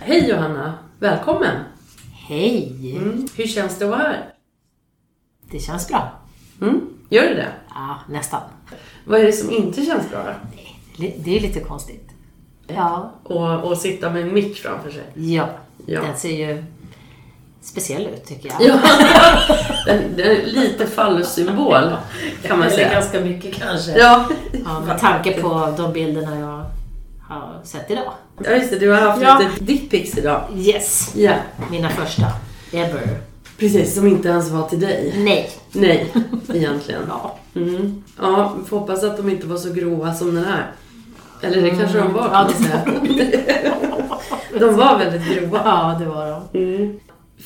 Hej Johanna, välkommen! Hej! Hur känns det att vara här? Det känns bra. Gör det? Ja, nästan. Vad är det som inte känns bra då? Det är lite konstigt. Ja. Och sitta med en mick framför sig. Ja, Ja. den ser ju speciell ut tycker jag. Ja, den är lite fallus-symbol kan man säga. Eller ganska mycket kanske. Ja, Med tanke på de bilderna jag har sett idag. Ja just det, du har haft lite dickpics idag. Yes, Ja, mina första ever. precis, som inte ens var till dig. Nej, egentligen. Ja. Ja, vi får hoppas att de inte var så grova som den här. Eller det kanske de var, kan Ja, man säga. De var väldigt grova. Ja, det var de.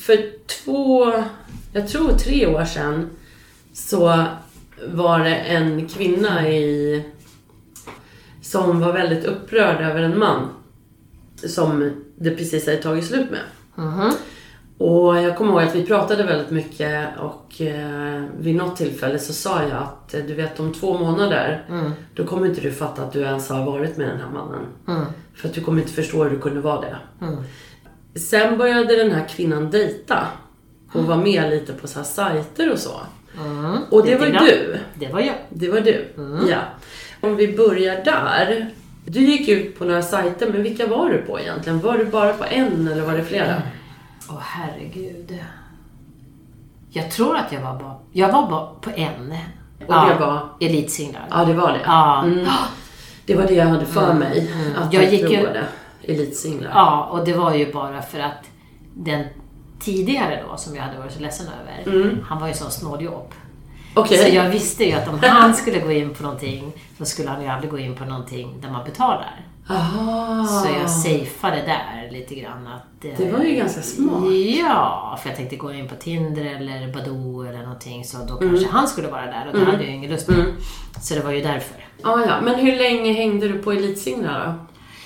För 3 år sedan så var det en kvinna som var väldigt upprörd över en man som det precis hade tagit slut med. Och jag kommer ihåg att vi pratade väldigt mycket och vid något tillfälle så sa jag att du vet om 2 månader då kommer inte du fatta att du ens har varit med den här mannen. För att du kommer inte förstå hur du kunde vara det. Sen började den här kvinnan dejta. Hon var med lite på så här sajter och så. Och det var du. Det var jag. Det var du, ja. Om vi börjar där. Du gick ut på några sajter, men vilka var du på egentligen? Var du bara på en eller var det flera? Åh herregud. Jag tror att jag var bara på en. Och det var? Elitsinglar. Ja, det var det. Ja. Det var det jag hade för mig. Att Jag gick ju elitsinglar. Ja, och det var ju bara för att den tidigare då som jag hade varit så ledsen över. Han var ju sån snåljobb. Okay. Så jag visste ju att om han skulle gå in på någonting så skulle han ju aldrig gå in på någonting där man betalar. Aha. Så jag safeade där lite grann att... Det var ju ganska smart. Ja, för jag tänkte gå in på Tinder eller Badoo eller någonting så då kanske han skulle vara där och det hade jag ju ingen lust med. Så det var ju därför. Ja. Men hur länge hängde du på elitsinglar då?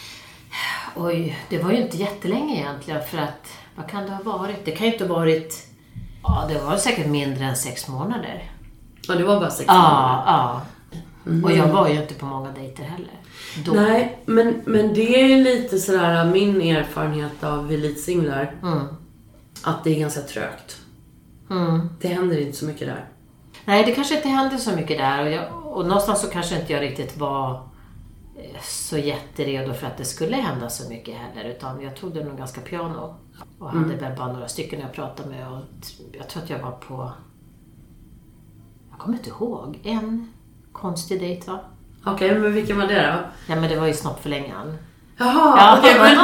Oj, det var ju inte jättelänge egentligen för att... Vad kan det ha varit? Det kan ju inte ha varit... Ja, det var säkert mindre än 6 månader. Ja, det var bara 6 månader. Ja. Och jag var ju inte på många dejter heller. Då. Nej, men det är lite sådär min erfarenhet av elitsinglar. Att det är ganska trögt. Det händer inte så mycket där. Nej, det kanske inte hände så mycket där. Och någonstans så kanske inte jag riktigt var så jätteredo för att det skulle hända så mycket heller. Utan jag tog det nog ganska piano. Och hade väl bara några stycken jag pratade med. Och jag tror att jag var på... Jag kommer inte ihåg. En konstig dejt, va? Okej, men vilken var det då? Ja, men det var ju snoppförlängaren. Jaha, okej, men...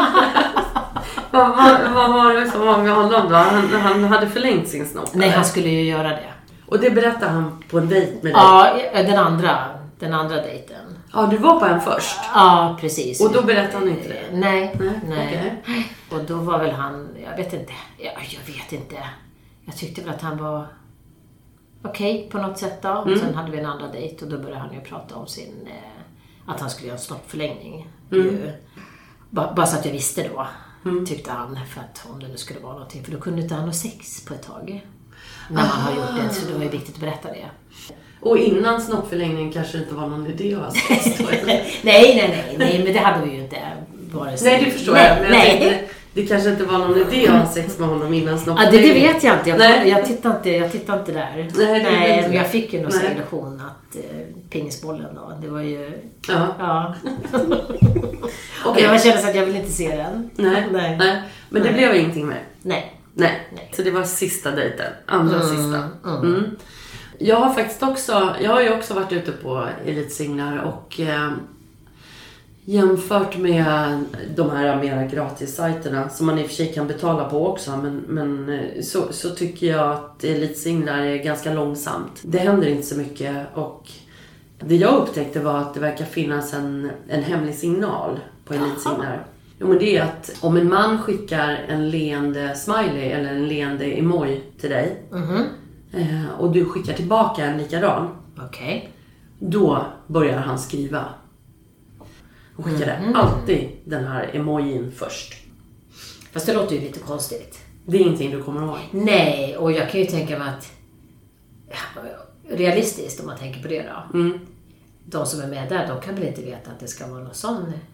vad var det som var med honom då? Han hade förlängt sin snopp? Nej, han skulle ju göra det. Och det berättade han på en dejt med dig? Ja, den andra dejten. Ja, du var på en först? Ja, precis. Och då berättade han inte det? Nej. Okay. Och då var väl han, jag vet inte. Jag tyckte väl att han var okej på något sätt då. Och sen hade vi en andra dejt och då började han ju prata om sin, att han skulle göra en snoppförlängning. Bara så att jag visste då, tyckte han. För att om det nu skulle vara någonting. För då kunde inte han ha sex på ett tag. När man har gjort det, så då är det viktigt att berätta det. Och innan snoppförlängningen kanske det inte var någon idé att ha sex då? Nej, men det hade vi ju inte varit. Nej, det förstår jag. Men jag tänkte, det kanske inte var någon idé att ha sex med honom innan snoppförlängningen. Det vet jag inte. Jag tittade inte där. Nej, men jag fick ju någon illusion att pingisbollen då, det var ju... Ja. Okay. Jag kände så att jag vill inte se den. Nej. Men det blev ingenting med. Nej. Så det var sista dejten. Andra sista. Jag har ju också varit ute på elitsinglar och jämfört med de här mera gratissajterna som man i och för sig kan betala på också, men så tycker jag att elitsinglar är ganska långsamt. Det händer inte så mycket och det jag upptäckte var att det verkar finnas en hemlig signal på elitsinglar. Jo, men det är att om en man skickar en leende smiley eller en leende emoji till dig och du skickar tillbaka en likadan. Okej. Då börjar han skriva. Och skickar alltid den här emojin först. Fast det låter ju lite konstigt. Det är ingenting du kommer ihåg. Nej, och jag kan ju tänka mig att realistiskt om man tänker på det då. De som är med där, de kan väl inte veta att det ska vara någon sån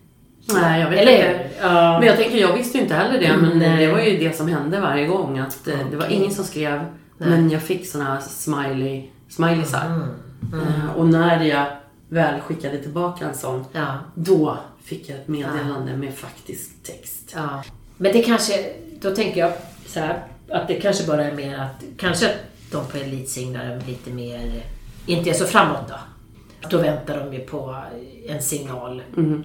Nej, jag vet inte. Men jag tänker, jag visste ju inte heller det. Men det var ju det som hände varje gång. Att det var ingen som skrev. Men jag fick såna smileysar. Och när jag väl skickade tillbaka en sån, då fick jag ett meddelande med faktisk text. Ja. Men det kanske, då tänker jag så här, att det kanske bara är mer att kanske de på Elitsignar lite mer, inte är så framåt då. Då väntar de ju på en signal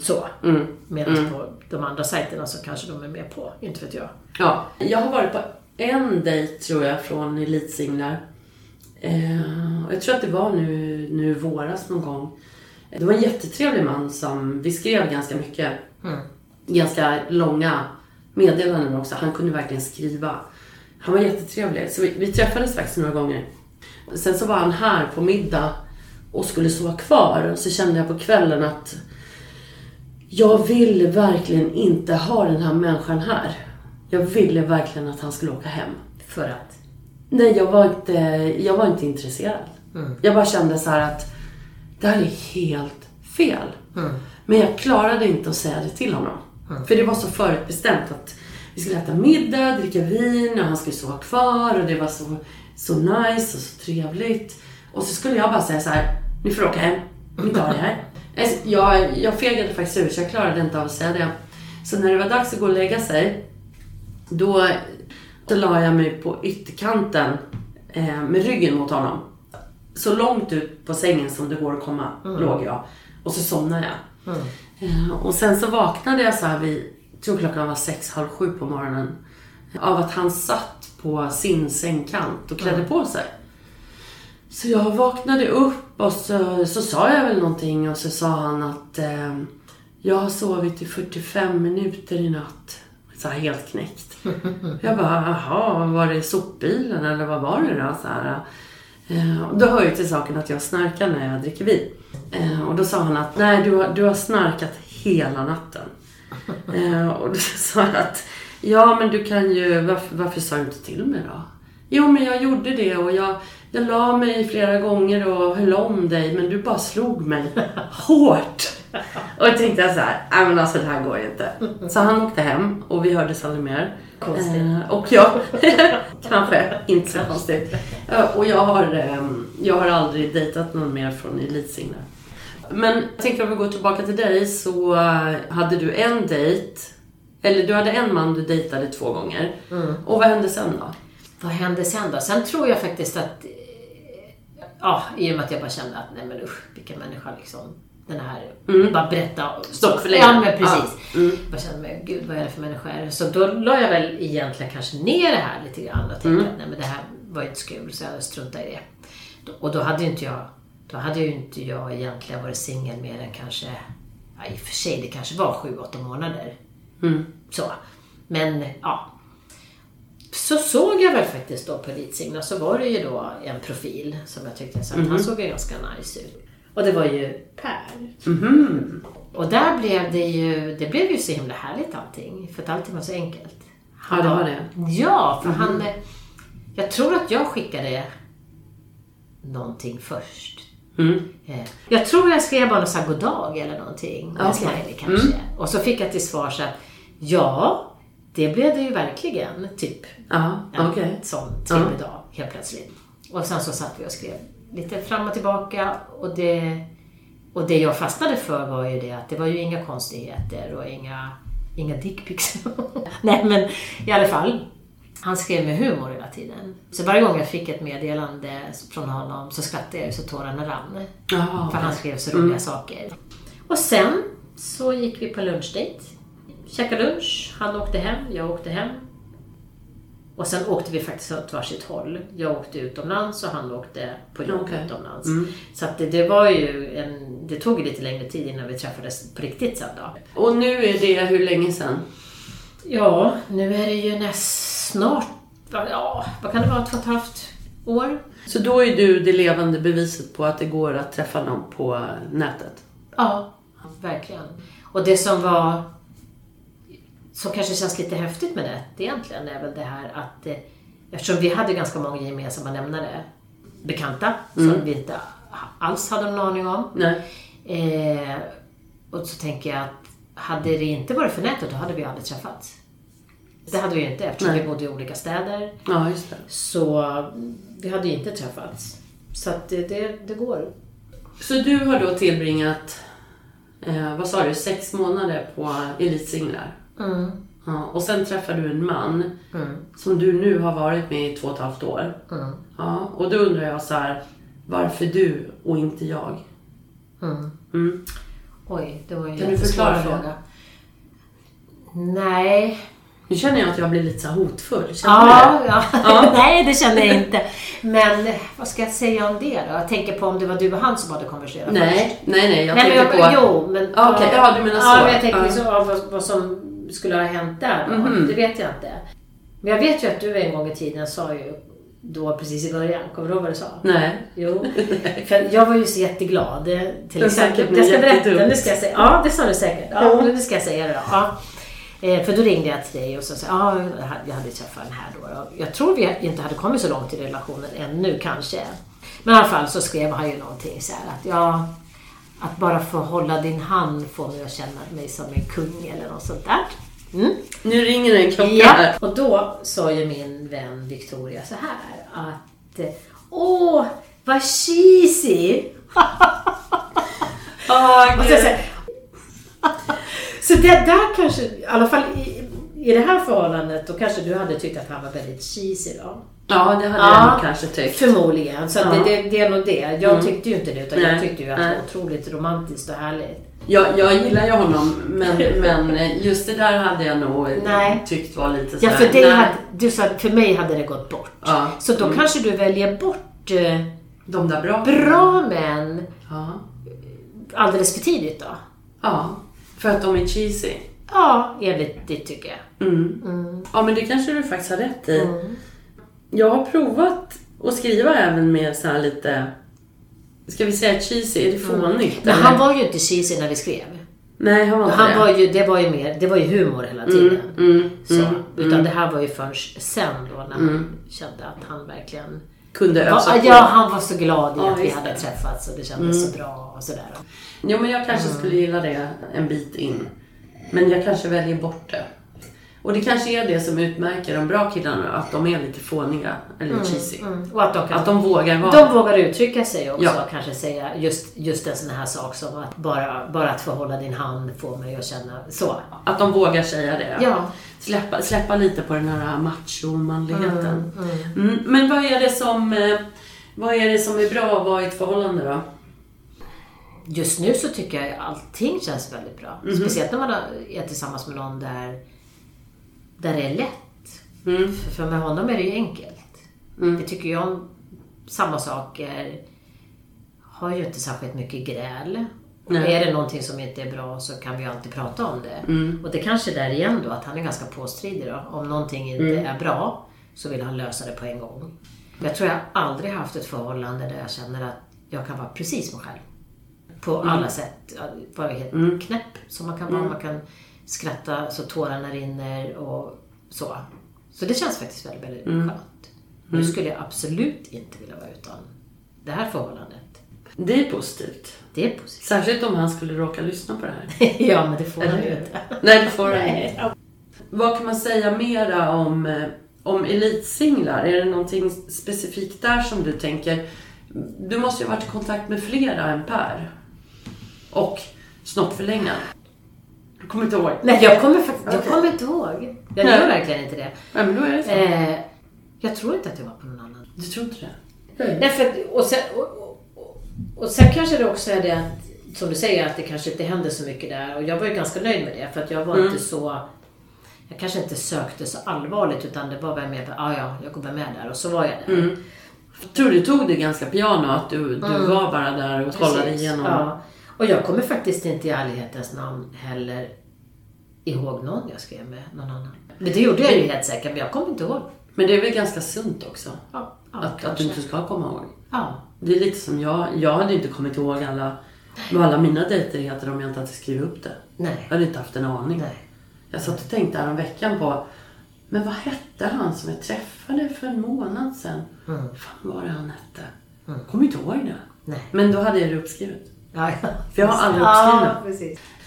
medan på de andra sajterna så kanske de är med på, inte vet jag. Ja, jag har varit på en dejt tror jag från Elitsignar. Jag tror att det var nu våras någon gång. Det var en jättetrevlig man som vi skrev ganska mycket. Ganska långa meddelanden också. Han kunde verkligen skriva. Han var jättetrevlig. Så vi träffades faktiskt några gånger. Sen så var han här på middag och skulle sova kvar. Och så kände jag på kvällen att jag ville verkligen inte ha den här människan här. Jag ville verkligen att han skulle åka hem. För att? Nej, jag var inte intresserad. Jag bara kände så här att det här är helt fel. Men jag klarade inte att säga det till honom. För det var så förutbestämt att vi skulle äta middag, dricka vin och han skulle sova kvar och det var så nice och så trevligt. Och så skulle jag bara säga så här: nu får du åka hem, vi tar det här. Jag fegade faktiskt ur så jag klarade inte av att säga det. Så när det var dags att gå och lägga sig, då la jag mig på ytterkanten med ryggen mot honom. Så långt ut på sängen som det går att komma låg jag. Och så somnade jag. Och sen så vaknade jag så här tror klockan var 6:30 på morgonen. Av att han satt på sin sängkant och klädde på sig. Så jag vaknade upp och så sa jag väl någonting. Och så sa han att jag har sovit i 45 minuter i natt. Så här helt knäckt. Jag bara, jaha, var det sopbilen eller vad var det då? Så här. Och då hör ju till saken att jag snarkar när jag dricker vin. Och då sa han att nej, du har snarkat hela natten. Och då sa jag att ja, men du kan ju, varför sa du inte till mig då? Jo, men jag gjorde det och jag la mig flera gånger och höll om dig, men du bara slog mig hårt. Och jag tänkte så här, nej men alltså det här går ju inte. Så han åkte hem och vi hördes aldrig mer. Och jag, kanske inte så konstigt. Och jag har aldrig dejtat någon mer från Elitsignar. Men jag tänker om vi går tillbaka till dig, så hade du en dejt, eller du hade en man du dejtade 2 gånger. Och vad hände sen då? Vad hände sen då? Sen tror jag faktiskt att, i och med att jag bara kände att nej men usch, vilken människa liksom. Den här, bara berätta. Stopp för länge. Ja, men precis. Jag kände mig, gud vad är det för människor? Så då la jag väl egentligen kanske ner det här lite grann och tänkte att nej men det här var inte så kul, så jag struntade i det. Och då hade ju inte jag egentligen varit singel mer än kanske, i och för sig det kanske var 7-8 månader. Så. Men så såg jag väl faktiskt då på Elitsignar, så var det ju då en profil som jag tyckte så att han såg ganska nice ut. Och det var ju Per. Och där blev det blev ju så himla härligt allting. För att allting var så enkelt. Ja, det var det. Ja, för han, jag tror att jag skickade någonting först. Jag tror jag skrev bara något så här god dag eller någonting. Smiley kanske. Och så fick jag till svar så att det blev det ju verkligen typ en sån trevlig dag helt plötsligt. Och sen så satt vi och skrev lite fram och tillbaka, och det jag fastnade för var ju det att det var ju inga konstigheter och inga dickpics. Nej, men i alla fall, han skrev med humor hela tiden. Så varje gång jag fick ett meddelande från honom så skrattade jag så tårarna rann. För han skrev så roliga saker. Och sen så gick vi på lunchdate. Käkade lunch, han åkte hem, jag åkte hem. Och sen åkte vi faktiskt åt varsitt håll. Jag åkte utomlands och han åkte på jobb utomlands. Så att det var ju det tog lite längre tid innan vi träffades på riktigt sen då. Och nu är det hur länge sedan? Ja, nu är det ju snart, vad kan det vara, 2,5 år? Så då är du det levande beviset på att det går att träffa någon på nätet? Ja, verkligen. Och det som kanske känns lite häftigt med det egentligen är väl det här att eftersom vi hade ganska många gemensamma nämnare, bekanta som vi inte alls hade någon aning om. Nej. Och så tänker jag hade det inte varit för nätet, då hade vi aldrig träffats. Det hade vi inte, eftersom vi bodde i olika städer. Ja, just det. Så vi hade ju inte träffats. Så att det går. Så du har då tillbringat, vad sa du, 6 månader på Elitsinglar? Mm. Ja, och sen träffade du en man som du nu har varit med i 2,5 år. Mm. Ja, och då undrar jag så här, varför du och inte jag? Mm. Oj, det var ju kan du förklara fråga. Nej. Nu känner jag att jag blir lite så hotfull. Ja. Nej, det känner jag inte. Men vad ska jag säga om det då? Jag tänker på om det var du och han som hade konverserat. Nej. Jag tänker på... Jo, men... Okej, ja, du menar så. Ja, jag tänker så vad som skulle ha hänt där då. Det vet jag inte. Men jag vet ju att du en gång i tiden sa ju då precis i början. Kommer du ihåg vad du sa? Nej. Jo. För jag var ju så jätteglad. Till exempel. Jag ska berätta. Nu ska jag säga. Ja, det sa du säkert. Ja, nu ska jag säga det då. Ja. För då ringde jag till dig och så sa jag hade träffat den här då. Jag tror vi inte hade kommit så långt i relationen ännu kanske. Men i alla fall så skrev han ju någonting så här att att bara få hålla din hand får mig att känna mig som en kung eller något sånt där. Mm. Nu ringer en klocka här. Och då sa ju min vän Victoria så här att vad cheesy. Så det där kanske, i alla fall i det här förhållandet, då kanske du hade tyckt att han var väldigt cheesy då. Ja, det hade jag nog kanske tyckt. Förmodligen, så det är nog det. Jag tyckte ju inte det, utan jag tyckte ju att det var otroligt romantiskt och härligt. Jag gillar ju honom, men just det där hade jag nog tyckt var lite så här. Ja, för du sa för mig hade det gått bort. Ja. Så då kanske du väljer bort de där bra män alldeles för tidigt då. Ja, för att de är cheesy. Ja, enligt det tycker jag. Ja, men det kanske du faktiskt har rätt i. Jag har provat att skriva även med så här lite, ska vi säga cheesy, är det fånigt? Men han var ju inte cheesy när vi skrev. Nej, han var inte det var ju humor hela tiden. Utan det här var ju först sen då när han kände att han verkligen kunde ösa på. Ja, han var så glad i att vi hade träffats och det kändes så bra och sådär. Jo, men jag kanske skulle gilla det en bit in. Men jag kanske väljer bort det. Och det kanske är det som utmärker de bra killarna, att de är lite fåniga eller cheesy. Och att de vågar vara. De vågar uttrycka sig också, kanske säga just en sån här sak som att bara att få hålla din hand får mig att känna så. Att de vågar säga det. Ja. Släppa lite på den här macho-manligheten. Men vad är det som är bra att vara i ett förhållande då? Just nu så tycker jag att allting känns väldigt bra. Speciellt när man är tillsammans med någon där det är lätt. För med honom är det ju enkelt. Det tycker jag om samma saker. Har ju inte särskilt mycket gräl. Och är det någonting som inte är bra så kan vi ju alltid prata om det. Och det kanske där igen då att han är ganska påstridig då. Om någonting inte är bra så vill han lösa det på en gång. Jag tror jag aldrig haft ett förhållande där jag känner att jag kan vara precis mig själv. På alla sätt. Vara helt knäpp som man kan vara. Man kan skratta så tårarna rinner och så. Så det känns faktiskt väldigt, väldigt skönt. Nu skulle jag absolut inte vilja vara utan det här förhållandet. Det är positivt. Det är positivt. Särskilt om han skulle råka lyssna på det här. Ja, men det får han ju inte. Nej, det får han inte. Vad kan man säga mera om Elitsinglar? Är det någonting specifikt där som du tänker? Du måste ju ha varit i kontakt med flera än Per. Och snoppförlängaren. Du kommer inte ihåg? Nej, jag kommer inte ihåg. Jag gör verkligen inte det. Ja, men då är det så. Jag tror inte att jag var på någon annan. Du tror inte det? Nej, och sen kanske det också är det att, som du säger, att det kanske inte händer så mycket där. Och jag var ju ganska nöjd med det. För att jag var inte så... Jag kanske inte sökte så allvarligt, utan det var väl mer jag går med där. Och så var jag där. Tror du tog det ganska piano att du var bara där och kollade igenom? Ja. Och jag kommer faktiskt inte i ärlighetens namn heller ihåg någon jag skrev med någon annan. Men det gjorde jag ju helt säkert, men jag kommer inte ihåg. Men det är väl ganska sunt också? Ja, att du inte ska komma ihåg. Ja. Det är lite som jag hade inte kommit ihåg vad alla mina dejter heter om jag inte hade skrivit upp det. Nej. Jag hade inte haft en aning. Nej. Jag satt och tänkte här en veckan på, men vad hette han som jag träffade för en månad sedan? Fan var det han hette? Kommer inte ihåg det. Nej. Men då hade jag det uppskrivet. Ja. För jag har aldrig uppskrivit. Ja, precis.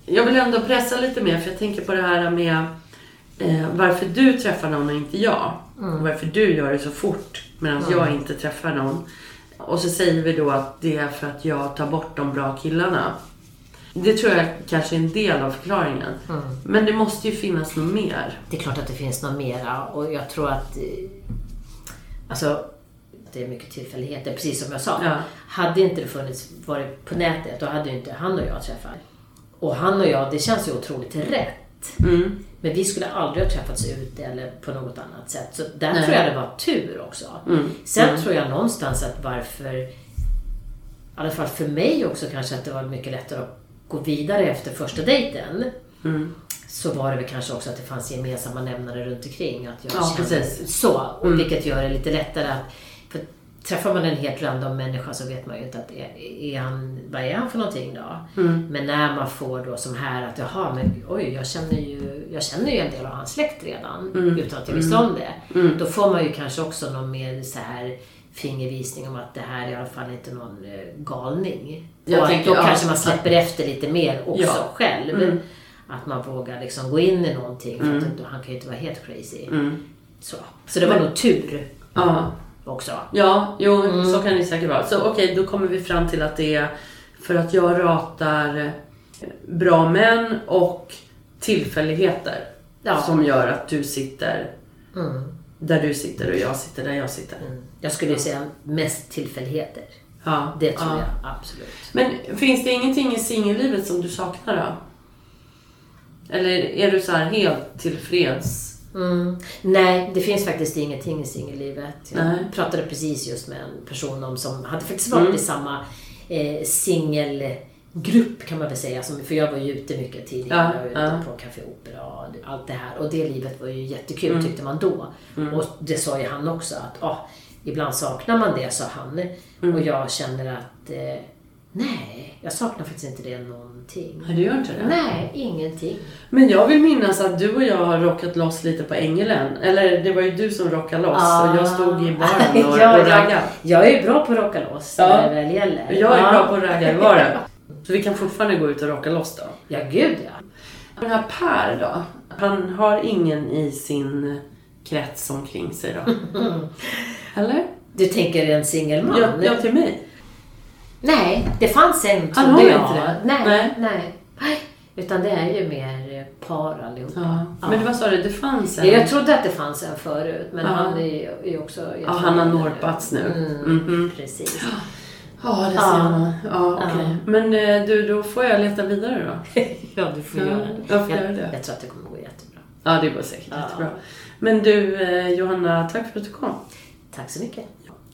jag vill ändå pressa lite mer, för jag tänker på det här med varför du träffar någon och inte jag. Och varför du gör det så fort medan jag inte träffar någon. Och så säger vi då att det är för att jag tar bort de bra killarna. Det tror jag kanske är en del av förklaringen. Men det måste ju finnas något mer. Det är klart att det finns något mera. Och jag tror att alltså, det är mycket tillfälligheter, precis som jag sa. Ja. Hade inte det varit på nätet, då hade ju inte han och jag träffat. Och han och jag, det känns ju otroligt rätt. Men vi skulle aldrig ha träffats ute eller på något annat sätt. Så där tror jag det var tur också. Sen tror jag någonstans att varför, i alla fall för mig också kanske, att det var mycket lättare att gå vidare efter första dejten. Så var det väl kanske också att det fanns gemensamma nämnare runt omkring. Att jag kände så. Och vilket gör det lite lättare att, för träffar man en helt random människa så vet man ju inte att vad är han för någonting då? Men när man får då som här att jag känner ju en del av hans släkt redan utan att jag visste om det. Då får man ju kanske också någon mer så här fingervisning om att det här är i alla fall inte någon galning. Då kanske man släpper efter lite mer också själv. Att man vågar liksom gå in i någonting, för att han kan ju inte vara helt crazy. Så det var nog tur. Också. Ja, så kan det säkert vara. Så okej, då kommer vi fram till att det är för att jag ratar bra män och tillfälligheter som gör att du sitter där du sitter och jag sitter där jag sitter. Jag skulle säga mest tillfälligheter. Ja, det tror jag absolut. Men finns det ingenting i singellivet som du saknar då? Eller är du så här helt tillfreds? Nej, det finns faktiskt ingenting i singellivet. Jag pratade precis just med en person som hade faktiskt varit i samma singelgrupp, kan man väl säga. För jag var ju ute mycket tidigare, ute på Café Opera och allt det här. Och det livet var ju jättekul tyckte man då. Och det sa ju han också, att ibland saknar man det, sa han. Och jag känner att nej, jag saknar faktiskt inte det någonting. Du gör inte det? Nej, ingenting. Men jag vill minnas att du och jag har rockat loss lite på Ängelen. Eller det var ju du som rockade loss och jag stod i baren och raggade. Jag är ju bra på att rocka loss när det väl gäller. Jag är bra på att ragga i baren. Så vi kan fortfarande gå ut och rocka loss då. Ja, gud ja. Den här Per då, han har ingen i sin krets omkring sig då? Eller? Du tänker en singelman? Ja, till mig. Nej, det fanns en. Han har inte det? Nej. Utan det är ju mer par allihopa. Ja. Men vad sa du, det fanns en? Jag trodde att det fanns en förut, men han är ju också... han har norpats nu. Precis. Ja, det ser man. Ja, okej. Men du, då får jag leta vidare då? Ja, du får göra det. Jag tror att det kommer gå jättebra. Ja, det går säkert jättebra. Men du, Johanna, tack för att du kom. Tack så mycket.